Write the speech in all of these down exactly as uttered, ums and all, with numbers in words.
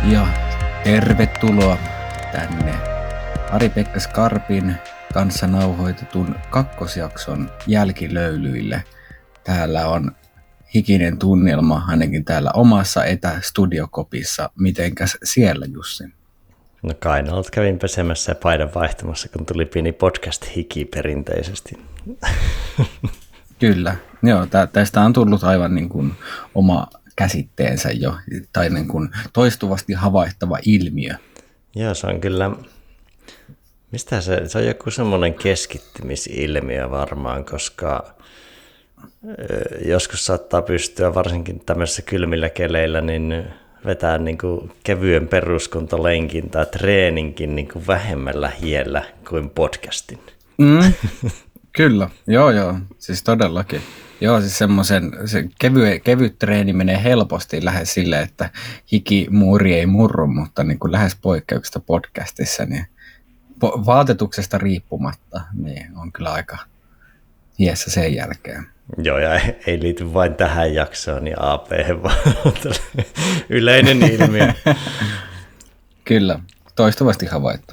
Ja tervetuloa tänne Ari-Pekka Skarpin kanssa nauhoitetun kakkosjakson jälkilöylyille. Täällä on hikinen tunnelma ainakin täällä omassa etästudiokopissa. Mitenkäs siellä, Jussi? No Kainalta kävin pesemässä ja paidan vaihtamassa, kun tuli pieni podcast-hiki perinteisesti. Kyllä, joo, tä- tästä on tullut aivan niin kuin oma käsitteensä jo, tai niin kuin toistuvasti havaittava ilmiö. Joo, se on kyllä, mistä se, se on joku semmoinen keskittymisilmiö varmaan, koska joskus saattaa pystyä varsinkin tämmöisissä kylmillä keleillä niin vetää niin kuin kevyen peruskuntolenkin tai treeninkin niin kuin vähemmällä hiellä kuin podcastin. Mm, kyllä, joo joo, siis todellakin. Joo, siis semmoisen, se kevy, kevyt treeni menee helposti lähes silleen, että hikimuuri ei murru, mutta niin kuin lähes poikkeuksesta podcastissa, niin po- vaatetuksesta riippumatta, niin on kyllä aika hiessä sen jälkeen. Joo, ja ei liity vain tähän jaksoon, niin A P, vaan yleinen ilmiö. Kyllä, toistuvasti havaittu.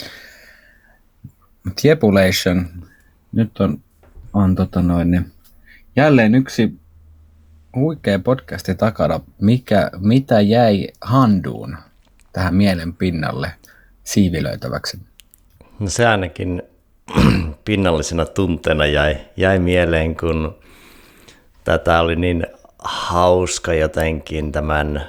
Tiepulation, nyt on, on tota noin, jälleen yksi huikea podcasti takana. Mikä, mitä jäi handuun tähän mielen pinnalle siivilöitäväksi? No se ainakin pinnallisena tunteena jäi, jäi mieleen, kun tätä oli niin hauska jotenkin tämän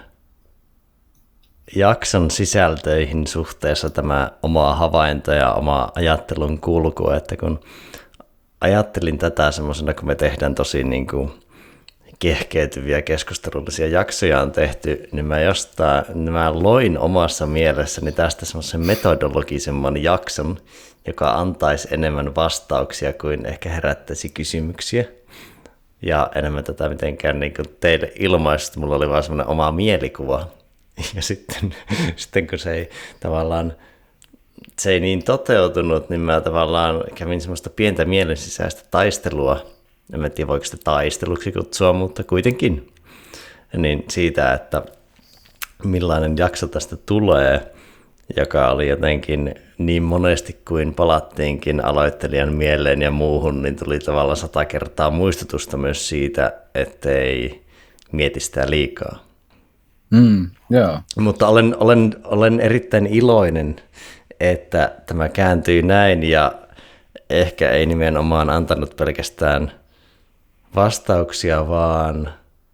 jakson sisältöihin suhteessa tämä oma havainto ja oma ajattelun kulku, että kun ajattelin tätä semmoisena, kun me tehdään tosi niin kuin kehkeytyviä keskustelullisia jaksoja on tehty, niin mä jostain, niin mä loin omassa mielessäni tästä semmoisen metodologisemman jakson, joka antaisi enemmän vastauksia kuin ehkä herättäisi kysymyksiä. Ja enemmän tätä mitenkään niin kuin teille ilmaista, mulla oli vaan semmoinen oma mielikuva. Ja sitten, sitten kun se ei tavallaan se ei niin toteutunut, niin mä tavallaan kävin semmoista pientä mielen sisäistä taistelua. En tiedä, voiko sitä taisteluksi kutsua, mutta kuitenkin. Niin siitä, että millainen jakso tästä tulee, joka oli jotenkin niin monesti kuin palattiinkin aloittelijan mieleen ja muuhun, niin tuli tavallaan sata kertaa muistutusta myös siitä, ettei mieti sitä liikaa. Mm, yeah. Mutta olen, olen, olen erittäin iloinen, että tämä kääntyi näin ja ehkä ei nimenomaan antanut pelkästään vastauksia, vaan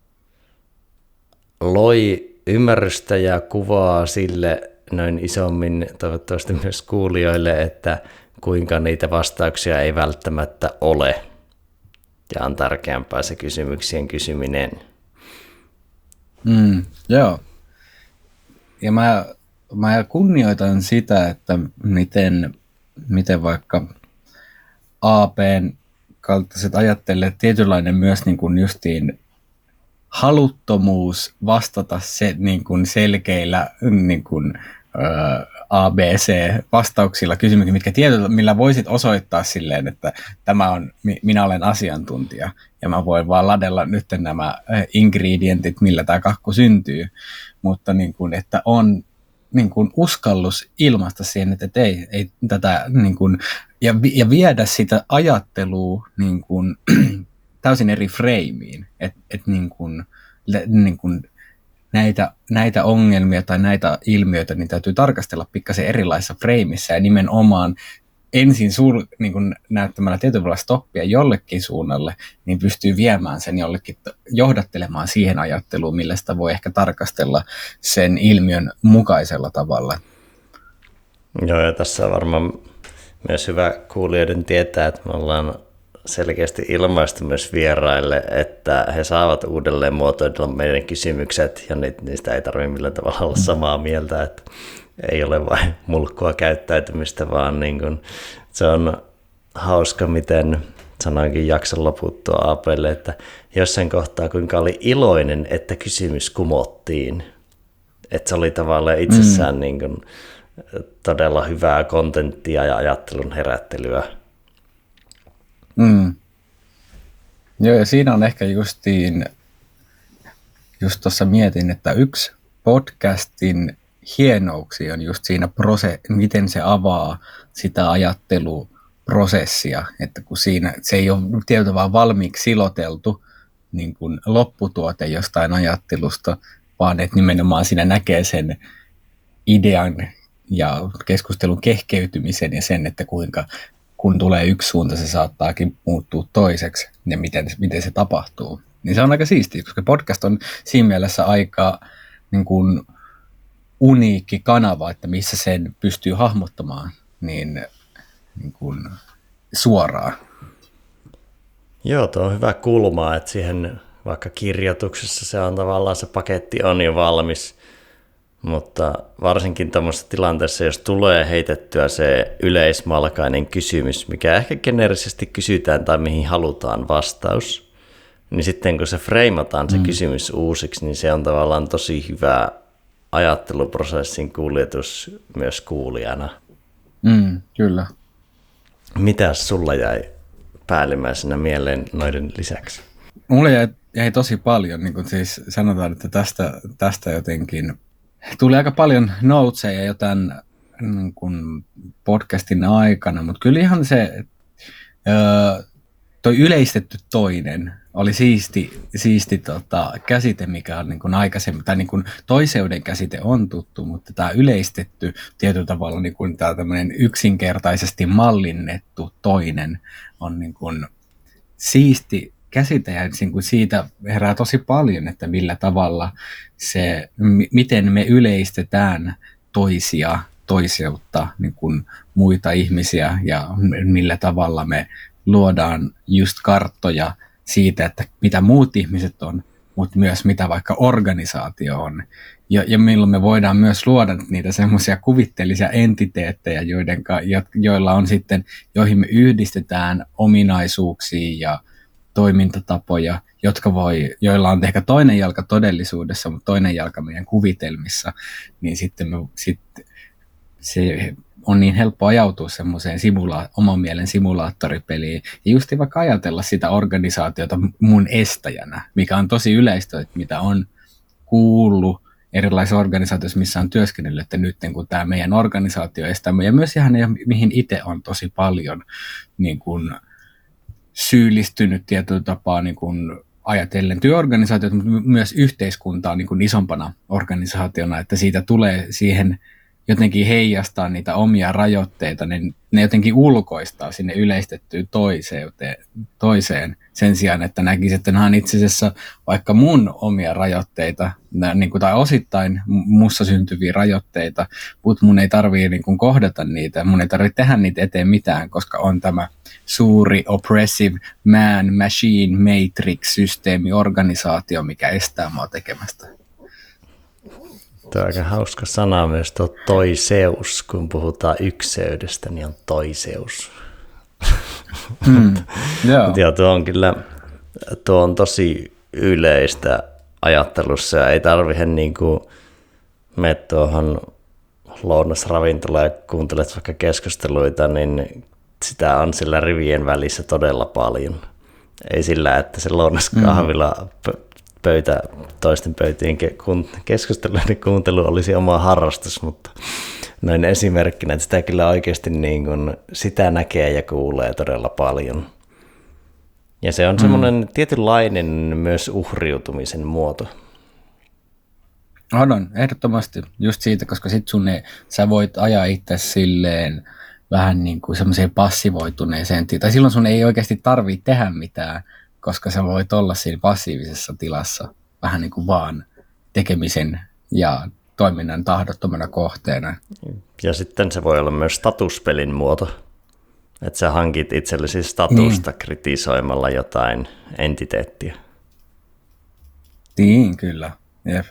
loi ymmärrystä ja kuvaa sille noin isommin toivottavasti myös kuulijoille, että kuinka niitä vastauksia ei välttämättä ole ja on tärkeämpää se kysymyksien kysyminen. Mm, joo. Ja mä, mä kunnioitan sitä, että miten, miten vaikka A P:n kaltaiset ajattelijat tietynlainen myös niin kuin justiin haluttomuus vastata se niin kuin selkeillä niin kuin, ä, A B C-vastauksilla kysymyksiin, mitkä tietyllä, millä voisit osoittaa silleen, että tämä on, minä olen asiantuntija ja mä voin vaan ladella nyt nämä ingredientit, millä tämä kakku syntyy, mutta niin kuin, että on niin kuin uskallus ilmaista siihen, että ei, ei tätä niin kuin, ja, ja viedä sitä ajattelua niin kuin, täysin eri freimiin, että et niin kuin, niin kuin näitä, näitä ongelmia tai näitä ilmiöitä niin täytyy tarkastella pikkasen erilaisessa freimissä ja nimenomaan ensin suur, niin kuin näyttämällä tietynlaista stoppia jollekin suunnalle, niin pystyy viemään sen jollekin, johdattelemaan siihen ajatteluun, millä sitä voi ehkä tarkastella sen ilmiön mukaisella tavalla. Joo, ja tässä on varmaan myös hyvä kuulijoiden tietää, että me ollaan selkeästi ilmaistu myös vieraille, että he saavat uudelleen muotoilla meidän kysymykset, ja niistä ei tarvitse millään tavalla olla samaa mieltä, että ei ole vain mulkkua käyttäytymistä, vaan niin kuin, se on hauska, miten sanoinkin jakson loputtua A P:lle, että jossain kohtaa kuinka oli iloinen, että kysymys kumottiin. Että se oli tavallaan itsessään mm. niin kuin, todella hyvää kontenttia ja ajattelun herättelyä. Mm. Joo, ja siinä on ehkä justiin, just tuossa mietin, että yksi podcastin hienouksia on just siinä, prose- miten se avaa sitä ajatteluprosessia, että kun siinä se ei ole tietyllä tavalla valmiiksi siloteltu niin kuin lopputuote jostain ajattelusta, vaan että nimenomaan siinä näkee sen idean ja keskustelun kehkeytymisen ja sen, että kuinka kun tulee yksi suunta, se saattaakin muuttua toiseksi ja miten, miten se tapahtuu. Niin se on aika siistiä, koska podcast on siinä mielessä aika niin kuin uniikki kanava, että missä sen pystyy hahmottamaan niin, niin kuin suoraan. Joo, tuo on hyvä kulma, että siihen vaikka kirjoituksessa se on tavallaan se paketti on jo valmis, mutta varsinkin tämmöisessä tilanteessa, jos tulee heitettyä se yleismalkainen kysymys, mikä ehkä geneerisesti kysytään tai mihin halutaan vastaus, niin sitten kun se freimataan se mm. kysymys uusiksi, niin se on tavallaan tosi hyvä ajatteluprosessin kuljetus myös kuulijana. Mm, kyllä. Mitäs sulla jäi päällimmäisenä mieleen noiden lisäksi? Mulle jäi, jäi tosi paljon, niin kuin siis sanotaan, että tästä, tästä jotenkin tuli aika paljon noteseja jo tämän niin kuin podcastin aikana, mutta kyllä ihan se öö, toi yleistetty toinen oli siisti, siisti tota, käsite, mikä on niin kuin aikaisemmin, tai niin kuin toiseuden käsite on tuttu, mutta tämä yleistetty tietyllä tavalla niin kuin tämä tämmöinen yksinkertaisesti mallinnettu toinen on niin kuin siisti käsite, ja niin kuin siitä herää tosi paljon, että millä tavalla se, m- miten me yleistetään toisia, toiseutta, niin kuin muita ihmisiä, ja millä tavalla me luodaan just karttoja siitä, että mitä muut ihmiset on, mutta myös mitä vaikka organisaatio on. Ja, ja milloin me voidaan myös luoda niitä semmoisia kuvitteellisia entiteettejä, joiden, joilla on sitten, joihin me yhdistetään ominaisuuksia ja toimintatapoja, jotka voi, joilla on ehkä toinen jalka todellisuudessa, mutta toinen jalka meidän kuvitelmissa, niin sitten me, sit, se on niin helppo ajautua semmoiseen simula- oman mielen simulaattoripeliin ja just vaikka ajatella sitä organisaatiota mun estäjänä, mikä on tosi yleistä, että mitä on kuullut erilaisissa organisaatioissa, missä on työskennellyt, että nyt kun tämä meidän organisaatio estää, ja myös ihan mihin itse on tosi paljon niin kuin syyllistynyt tietyllä tapaa niin kuin ajatellen työorganisaatiota, mutta myös yhteiskuntaa niin kuin isompana organisaationa, että siitä tulee siihen jotenkin heijastaa niitä omia rajoitteita, ne, ne jotenkin ulkoistaa sinne yleistettyyn toiseen, toiseen sen sijaan, että näkisi, että nämä on itse asiassa vaikka mun omia rajoitteita, niin kuin, tai osittain mussa syntyviä rajoitteita, mutta mun ei tarvitse niin kuin kohdata niitä, mun ei tarvitse tehdä niitä eteen mitään, koska on tämä suuri oppressive man, machine, matrix-systeemi, organisaatio, mikä estää mua tekemästä. Tuo on aika hauska sana myös tuo toiseus, kun puhutaan ykseydestä, niin on toiseus. Mm, yeah. Ja tuo on kyllä, tuo on tosi yleistä ajattelussa ja ei tarvitse niin kuin mene tuohon lounasravintolaan ja kuuntelet vaikka keskusteluita, niin sitä on sillä rivien välissä todella paljon. Ei sillä, että se lounaskahvila mm. pöytä, toisten pöytien keskusteluiden kuuntelu olisi oma harrastus, mutta noin esimerkkinä, että sitä kyllä oikeasti niin kuin, sitä näkee ja kuulee todella paljon. Ja se on mm. semmoinen tietynlainen myös uhriutumisen muoto. On, on, ehdottomasti just siitä, koska sit sun ei, sä voit ajaa itse silleen vähän niin kuin semmoiseen passivoituneeseen, tai silloin sun ei oikeasti tarvitse tehdä mitään, koska sä voit olla siinä passiivisessa tilassa vähän niin kuin vaan tekemisen ja toiminnan tahdottomana kohteena. Ja sitten se voi olla myös statuspelin muoto, että sä hankit itsellesi statusta niin kritisoimalla jotain entiteettiä. Niin, kyllä. Jep.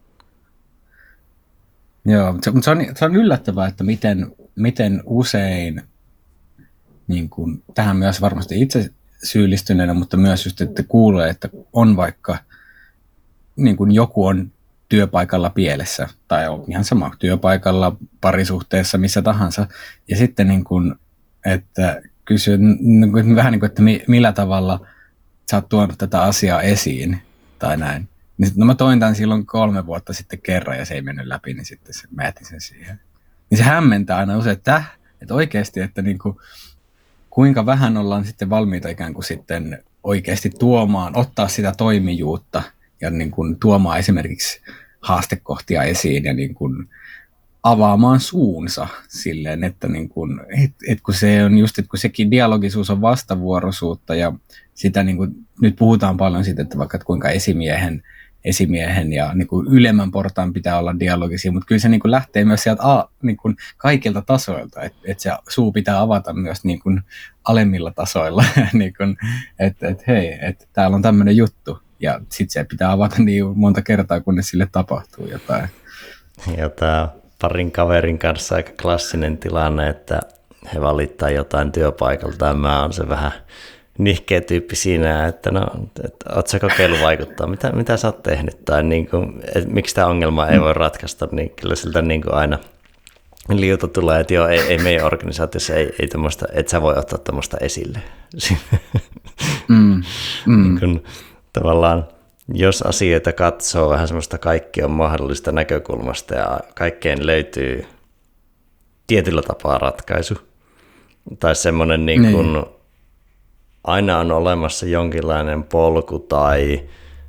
Joo, mutta se, se, on, se on yllättävää, että miten, miten usein, niin kuin, tähän myös varmasti itse syyllistyneenä, mutta myös just, että kuulee, että on vaikka niin kuin joku on työpaikalla pielessä, tai on ihan sama työpaikalla, parisuhteessa, missä tahansa, ja sitten niin kuin, että kysyy niin kuin, vähän niin kuin, että millä tavalla sä oot tuonut tätä asiaa esiin, tai näin, Niin sit, no mä toin tämän silloin kolme vuotta sitten kerran ja se ei mennyt läpi, niin sitten se, mä jätin sen siihen. Niin se hämmentää aina usein, että, että oikeasti, että niin kuin, kuinka vähän ollaan sitten valmiita ikään kuin sitten oikeasti tuomaan, ottaa sitä toimijuutta ja niin kuin tuomaan esimerkiksi haastekohtia esiin ja niin kuin avaamaan suunsa silleen, että niin kuin, et, et kun se on just, että kun sekin dialogisuus on vastavuoroisuutta ja sitä niin kuin, nyt puhutaan paljon siitä, että vaikka että kuinka esimiehen, esimiehen ja niin kuin ylemmän portaan pitää olla dialogisia, mutta kyllä se niin kuin lähtee myös sieltä a, niin kuin kaikilta tasoilta, että, että se suu pitää avata myös niin kuin alemmilla tasoilla, niin kuin, että, että hei, että täällä on tämmöinen juttu ja sitten se pitää avata niin monta kertaa, kunnes sille tapahtuu jotain. Ja tämä parin kaverin kanssa aika klassinen tilanne, että he valittaa jotain työpaikalta ja mä oon se vähän nihkeä tyyppi siinä, että no, että oot sä kokeillut vaikuttaa, mitä, mitä sä oot tehnyt tai niin kuin, että miksi tämä ongelma ei voi ratkaista, niin kyllä siltä niin kuin aina liuta tulee, että joo, ei, ei meidän organisaatiossa, ei, ei tommoista, et sä voi ottaa tämmöistä esille. Mm, mm. Niin kun, tavallaan, jos asioita katsoo vähän semmoista kaikki on mahdollista näkökulmasta ja kaikkeen löytyy tietyllä tapaa ratkaisu, tai semmoinen niin kuin, niin. Aina on olemassa jonkinlainen polku tai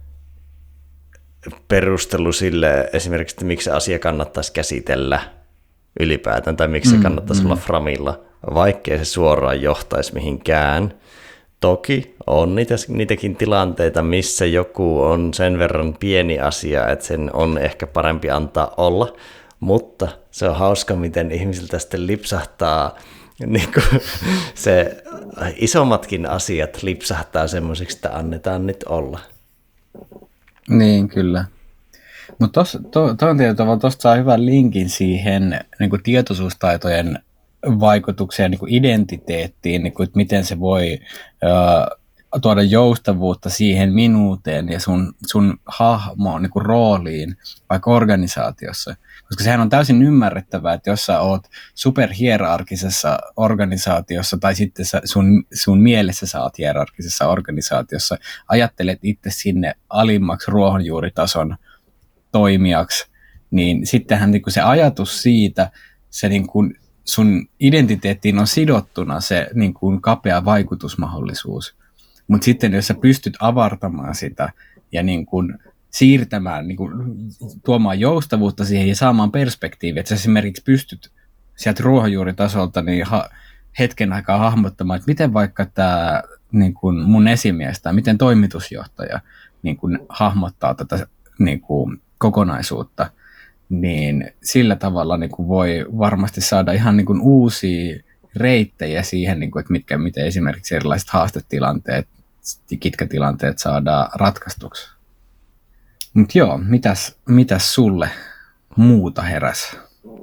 perustelu sille esimerkiksi, että miksi se asia kannattaisi käsitellä ylipäätään tai miksi mm, se kannattaisi mm. olla framilla, vaikkei se suoraan johtaisi mihinkään. Toki on niitä, niitäkin tilanteita, missä joku on sen verran pieni asia, että sen on ehkä parempi antaa olla, mutta se on hauska, miten ihmisiltä sitten lipsahtaa niin kuin se isommatkin asiat lipsahtaa semmoisiksi, että annetaan nyt olla. Niin, kyllä. Mutta to, to on tietyllä tavalla, tuosta saa hyvän linkin siihen niin kuin tietoisuustaitojen vaikutukseen niin kuin identiteettiin, niin kuin, että miten se voi uh, tuoda joustavuutta siihen minuuteen ja sun, sun hahmoon, niin kuin rooliin vaikka organisaatiossa. Koska sehän on täysin ymmärrettävää, että jos sä oot superhierarkisessa organisaatiossa tai sitten sä, sun, sun mielessä sä oot hierarkisessa organisaatiossa, ajattelet itse sinne alimmaksi ruohonjuuritason toimijaksi, niin sittenhän niin kuin se ajatus siitä, se niin kuin sun identiteettiin on sidottuna se niin kuin kapea vaikutusmahdollisuus. Mutta sitten jos sä pystyt avartamaan sitä ja niin kuin siirtämään, niin kuin, tuomaan joustavuutta siihen ja saamaan perspektiiviä, että sä esimerkiksi pystyt sieltä ruohonjuuritasolta niin ha- hetken aikaa hahmottamaan, että miten vaikka tämä niin kuin mun esimies tai miten toimitusjohtaja niin kuin hahmottaa tätä niin kuin kokonaisuutta, niin sillä tavalla niin kuin voi varmasti saada ihan niin kuin uusia reittejä siihen, niin kuin, että mitkä, miten esimerkiksi erilaiset haastetilanteet, kitkätilanteet saadaan ratkaistuksi. Mutta joo, mitäs, mitäs sulle muuta heräs?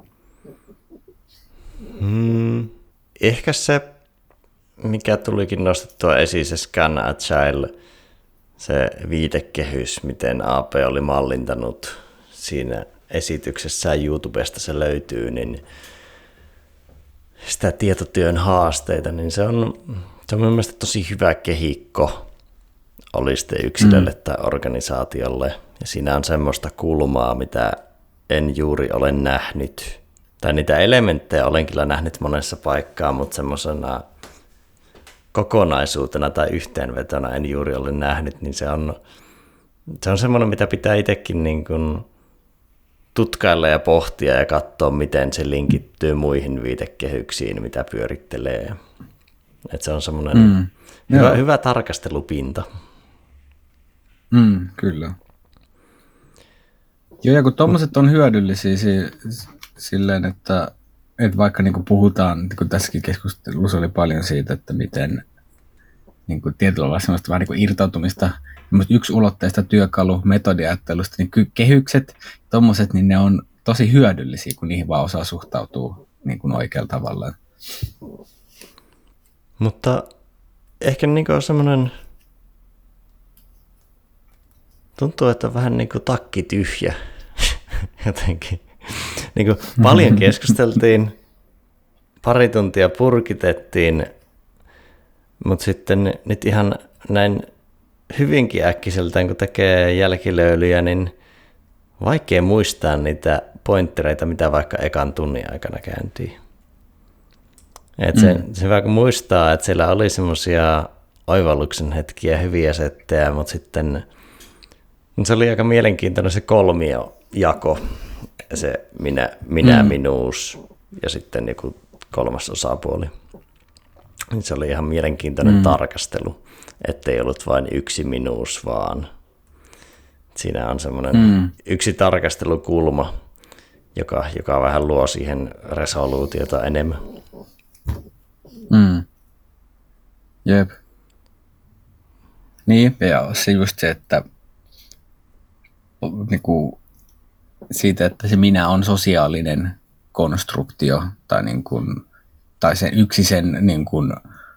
Hmm, ehkä se, mikä tulikin nostettua esiin, se Scan Agile, se viitekehys, miten A P oli mallintanut siinä esityksessään, YouTubesta se löytyy, niin sitä tietotyön haasteita, niin se on, se on mielestäni tosi hyvä kehikko oli sitten yksilölle mm. tai organisaatiolle. Ja siinä on semmoista kulmaa, mitä en juuri ole nähnyt. Tai niitä elementtejä olen kyllä nähnyt monessa paikkaa, mutta semmoisena kokonaisuutena tai yhteenvetona en juuri ole nähnyt, niin se on, se on semmoinen, mitä pitää itsekin niin kuin tutkailla ja pohtia ja katsoa, miten se linkittyy muihin viitekehyksiin, mitä pyörittelee. Että se on semmoinen mm. hyvä, hyvä tarkastelupinta. Mm, kyllä. Joo, ja kun tommoset on hyödyllisiä silleen, että, että vaikka niin kuin puhutaan, kun tässäkin keskustelussa oli paljon siitä, että miten niin kuin tietyllä lailla semmoista vähän niin kuin irtautumista, yksi ulotteista työkalu metodiajattelusta, niin kehykset, tommoset, niin ne on tosi hyödyllisiä, kun niihin vaan osaa suhtautua niin kuin oikealla tavalla. Mutta ehkä niin kuin semmoinen, tuntuu, että on vähän niin kuin takki tyhjä jotenkin. Niin kuin paljon keskusteltiin, pari tuntia purkitettiin, mutta sitten nyt ihan näin hyvinkin äkkiseltään, kun tekee jälkilöylyjä, niin vaikea muistaa niitä pointtereita, mitä vaikka ekan tunnin aikana käyntiin. Et se, mm. se hyvä kun muistaa, että siellä oli semmoisia oivalluksen hetkiä, hyviä settejä, mutta sitten se oli aika mielenkiintoinen se kolmiojako, se minä, minä mm. minuus ja sitten joku kolmas osapuoli. Se oli ihan mielenkiintoinen mm. tarkastelu, ettei ollut vain yksi minuus, vaan siinä on semmoinen mm. yksi tarkastelukulma, joka, joka vähän luo siihen resoluutiota enemmän. Mm. Jep. Niin, ja se just se, että niinku, siitä, että se minä on sosiaalinen konstruktio, tai, niin kuin, tai sen yksi sen niin kuin,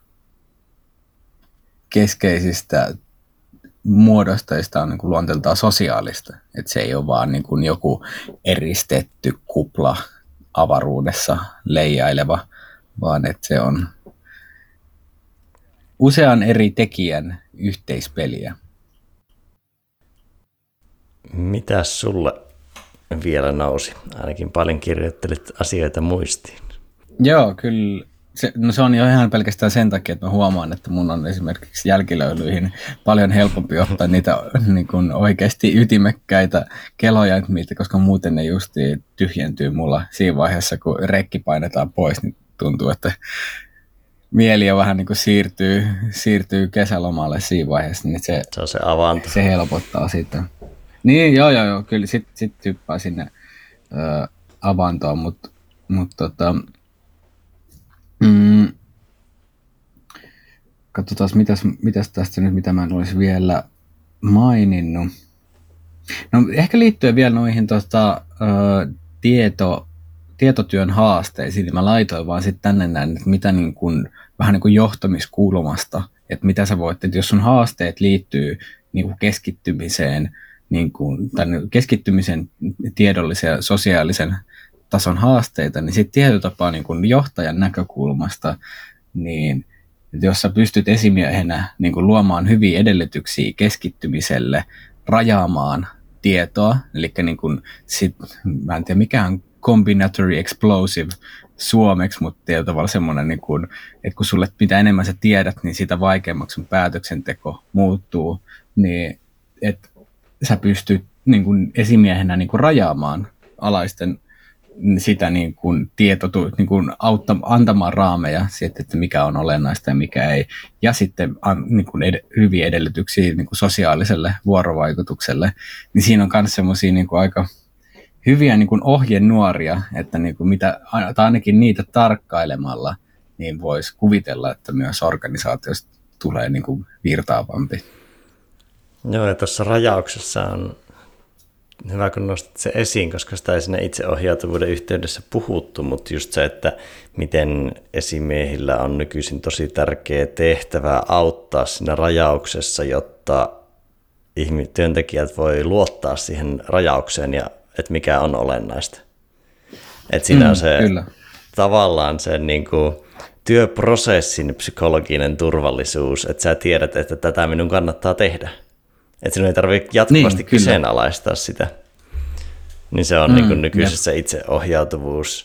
keskeisistä muodostajista on niin kuin, luonteeltaan sosiaalista. Että se ei ole vaan niin kuin, joku eristetty kupla avaruudessa leijaileva, vaan että se on usean eri tekijän yhteispeliä. Mitäs sulle vielä nousi? Ainakin paljon kirjoittelit asioita muistiin. Joo, kyllä. Se, no se on jo ihan pelkästään sen takia, että mä huomaan, että mun on esimerkiksi jälkilöylyihin paljon helpompi ottaa niitä niin kuin oikeasti ytimekkäitä keloja, koska muuten ne just tyhjentyy mulla siinä vaiheessa, kun rekki painetaan pois, niin tuntuu, että mieli jo vähän niin kuin siirtyy, siirtyy kesälomalle siinä vaiheessa, niin se, se on se avanto. Se helpottaa sitä. Niin, joo, joo, joo, kyllä sitten sit hyppää sinne ö, avantoon, mutta mut, tota, mm, katsotaan, mitäs, mitäs tästä nyt, mitä mä en olisi vielä maininnut. No ehkä liittyen vielä noihin tota, ö, tieto, tietotyön haasteisiin, niin mä laitoin vaan sitten tänne näin, että mitä niin kuin, vähän niin kuin johtamiskulmasta, että mitä sä voit, että jos sun haasteet liittyy niin kuin keskittymiseen, niin kuin, tämän keskittymisen tiedollisen ja sosiaalisen tason haasteita, niin sitten tietyllä tapaa niin kuin johtajan näkökulmasta, niin jos sä pystyt esimiehenä niin kuin luomaan hyviä edellytyksiä keskittymiselle, rajaamaan tietoa, eli niin kuin sit, mä en tiedä mikä on combinatory explosive suomeksi, mutta tietyllä tavalla semmoinen, niin kuin, että kun sulle mitä enemmän sä tiedät, niin sitä vaikeammaksi sun päätöksenteko muuttuu, niin että sä pystyt niin kuin esimiehenä niin kuin rajaamaan alaisten sitä niin kuin tietotu, niin kuin autta, antamaan raameja siitä, että mikä on olennaista ja mikä ei. Ja sitten an, niin kuin ed, hyviä edellytyksiä niin kuin sosiaaliselle vuorovaikutukselle. Niin siinä on myös semmoisia niin kuin aika hyviä niin kuin ohjenuoria, että niin kuin mitä, tai ainakin niitä tarkkailemalla niin voisi kuvitella, että myös organisaatiosta tulee niin kuin virtaavampi. Joo, ja tuossa rajauksessa on hyvä, kun nostat se esiin, koska sitä ei siinä itseohjautuvuuden yhteydessä puhuttu, mutta just se, että miten esimiehillä on nykyisin tosi tärkeä tehtävä auttaa siinä rajauksessa, jotta työntekijät voi luottaa siihen rajaukseen ja että mikä on olennaista. Että siinä mm, on se kyllä. Tavallaan se niin kuin työprosessin psykologinen turvallisuus, että sä tiedät, että tätä minun kannattaa tehdä. Että sinun ei tarvitse jatkuvasti niin, kyseenalaistaa sitä. Niin se on mm, niin kuin nykyisessä jep. itseohjautuvuus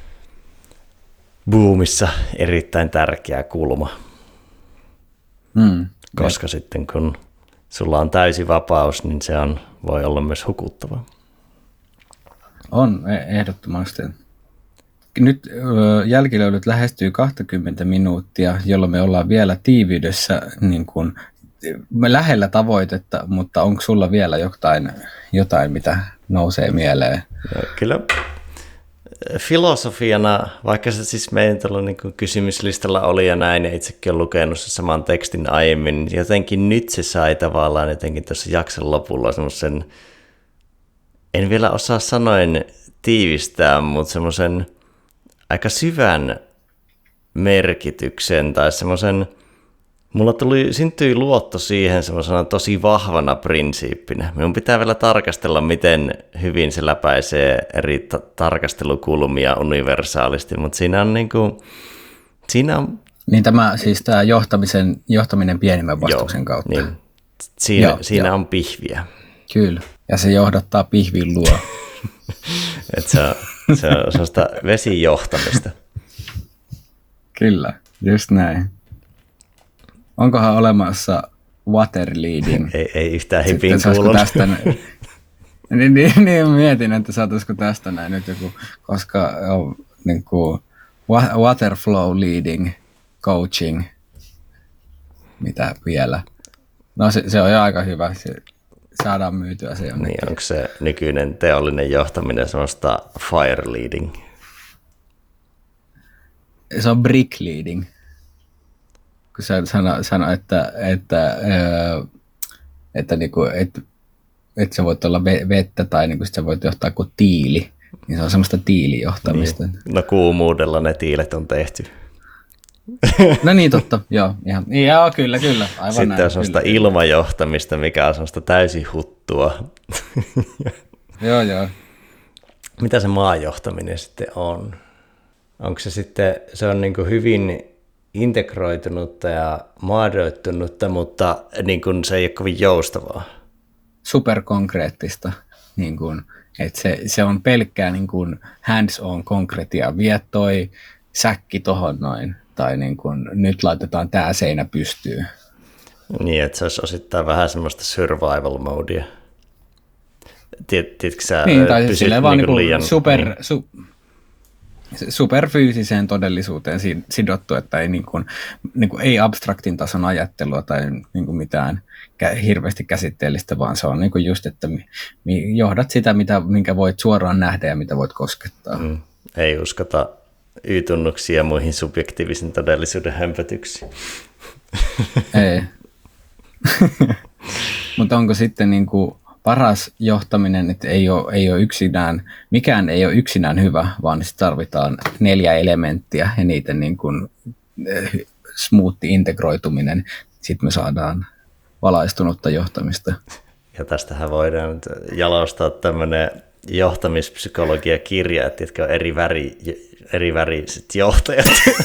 boomissa erittäin tärkeä kulma. Mm, Koska jep. sitten kun sulla on täysi vapaus, niin se on, voi olla myös hukuttava. On, ehdottomasti. Nyt jälkilöylyt lähestyy kaksikymmentä minuuttia, jolloin me ollaan vielä tiiviydessä niin kuin lähellä tavoitetta, mutta onko sulla vielä jotain, jotain mitä nousee mieleen? Kyllä filosofiana, vaikka se siis meidän niin kuin kysymyslistalla oli ja näin, ja itsekin olen lukenut sen saman tekstin aiemmin, niin jotenkin nyt se sai tavallaan jotenkin tuossa jakson lopulla semmoisen, en vielä osaa sanoin tiivistää, mutta semmoisen aika syvän merkityksen tai semmoisen, mulla tuli, syntyi luotto siihen semmoisena tosi vahvana prinsiippinä. Minun pitää vielä tarkastella, miten hyvin se läpäisee eri ta- tarkastelukulmia universaalisti, mutta siinä on niinku, siinä on... Niin tämä siis tämä johtamisen, johtaminen pienimmän vastauksen joo, kautta. Niin, Siinä, Joo, siinä joo. on pihviä. Kyllä, ja se johdattaa pihvin luo. Et se on, se on sellaista vesijohtamista. Kyllä, just näin. Onkohan olemassa water leading? Ei, ei yhtään Sitten hipin saisiko kuulunut. tästä näin- niin, niin, niin mietin, että saataisiko tästä näin nyt joku, koska on niin kuin wa- water flow leading, coaching, mitä vielä. No se, se on jo aika hyvä, se, saadaan myytyä se jonnekin. Niin, onko se nykyinen teollinen johtaminen semmoista fire leading? Se on brick leading, kun sä sano, sano että, että, että, että, niinku, että, että sä voit olla vettä tai niinku sit sä voit johtaa kuin tiili, niin se on semmoista tiilijohtamista. Niin. No kuumuudella ne tiilet on tehty. No niin, totta, joo, ihan, joo, kyllä, kyllä, aivan Sitten näin, on semmoista kyllä. ilmajohtamista, mikä on semmoista täysin huttua. Joo, joo. Mitä se maajohtaminen sitten on? Onko se sitten, se on niin kuin hyvin integroitunutta ja maadoittunutta, mutta niin kuin se ei ole kovin joustavaa. Superkonkreettista, niin kuin, että se, se on pelkkää niin kuin hands-on konkreettia, vie toi säkki tohon noin, tai niin kuin, nyt laitetaan tää seinä pystyyn. Niin, että se olisi osittain vähän semmoista survival modea. Tiet, tiedätkö sä, Niin, tai siis pysyt silleen vaan niin kuin niin liian... super, niin. su, superfyysiseen todellisuuteen si- sidottu, että ei, niin kuin, niin kuin, ei abstraktin tason ajattelua tai niin kuin mitään kä- hirveästi käsitteellistä, vaan se on niin kuin just, että mi- mi- johdat sitä, mitä, minkä voit suoraan nähdä ja mitä voit koskettaa. Mm. Ei uskota Y-tunnuksia ja muihin subjektiivisen todellisuuden hömpötyksiin. Ei. Mutta onko sitten niin kuin paras johtaminen, että ei ole, ei ole yksinään, mikään ei ole yksinään hyvä, vaan sitten tarvitaan neljä elementtiä ja niiden niin kuin smooth integroituminen. Sitten me saadaan valaistunutta johtamista. Ja tästähän voidaan nyt jalostaa tämmöinen johtamispsykologia-kirja, että jotka on eri, väri, eri väriset johtajat.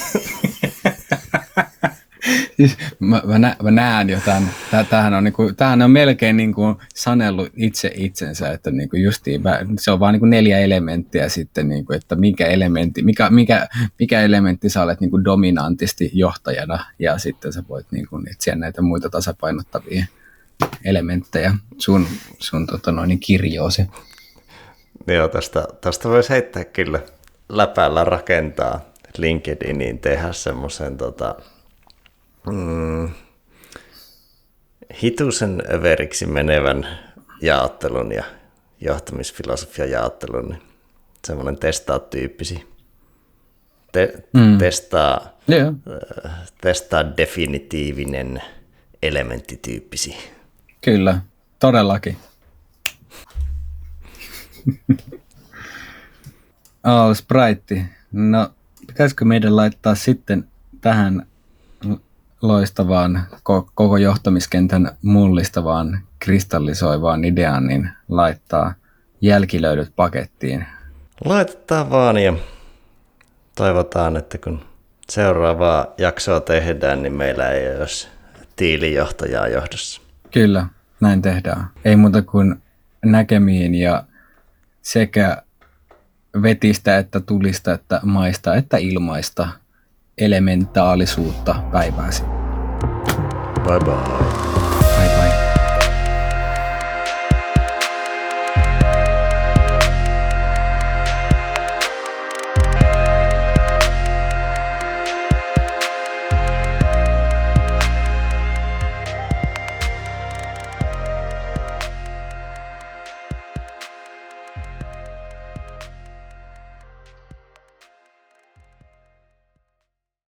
Siis mä, mä, nä, mä näen jo tämän. Tämähän on, niinku, tämähän on melkein niinku sanellut itse itsensä, että niinku justiin, se on vain niinku neljä elementtiä sitten, niinku, että mikä elementti, mikä, mikä, mikä elementti sä olet niinku dominantisti johtajana, ja sitten sä voit niinku etsiä näitä muita tasapainottavia elementtejä sun, sun tota noin, kirjoosi. Joo, tästä, tästä voisi heittää kyllä läpällä rakentaa LinkedIniin, tehdä semmoisen tota, mm, hitusen överiksi menevän jaottelun ja johtamisfilosofian jaottelun, niin semmoinen testaa tyyppisi. Te, mm. testaa, yeah. äh, testaa definitiivinen elementtityyppisi. Kyllä, todellakin. Oh, Sprite. No, pitäisikö meidän laittaa sitten tähän loistavaan, koko johtamiskentän mullistavaan, kristallisoivaan ideaan, niin laittaa jälkilöidyt pakettiin. Laitetaan vaan ja toivotaan, että kun seuraavaa jaksoa tehdään, niin meillä ei olisi tiilijohtajaa johdossa. Kyllä, näin tehdään. Ei muuta kuin näkemiin ja sekä vetistä, että tulista, että maista, että ilmaista elementaalisuutta päivääsi. Bye bye.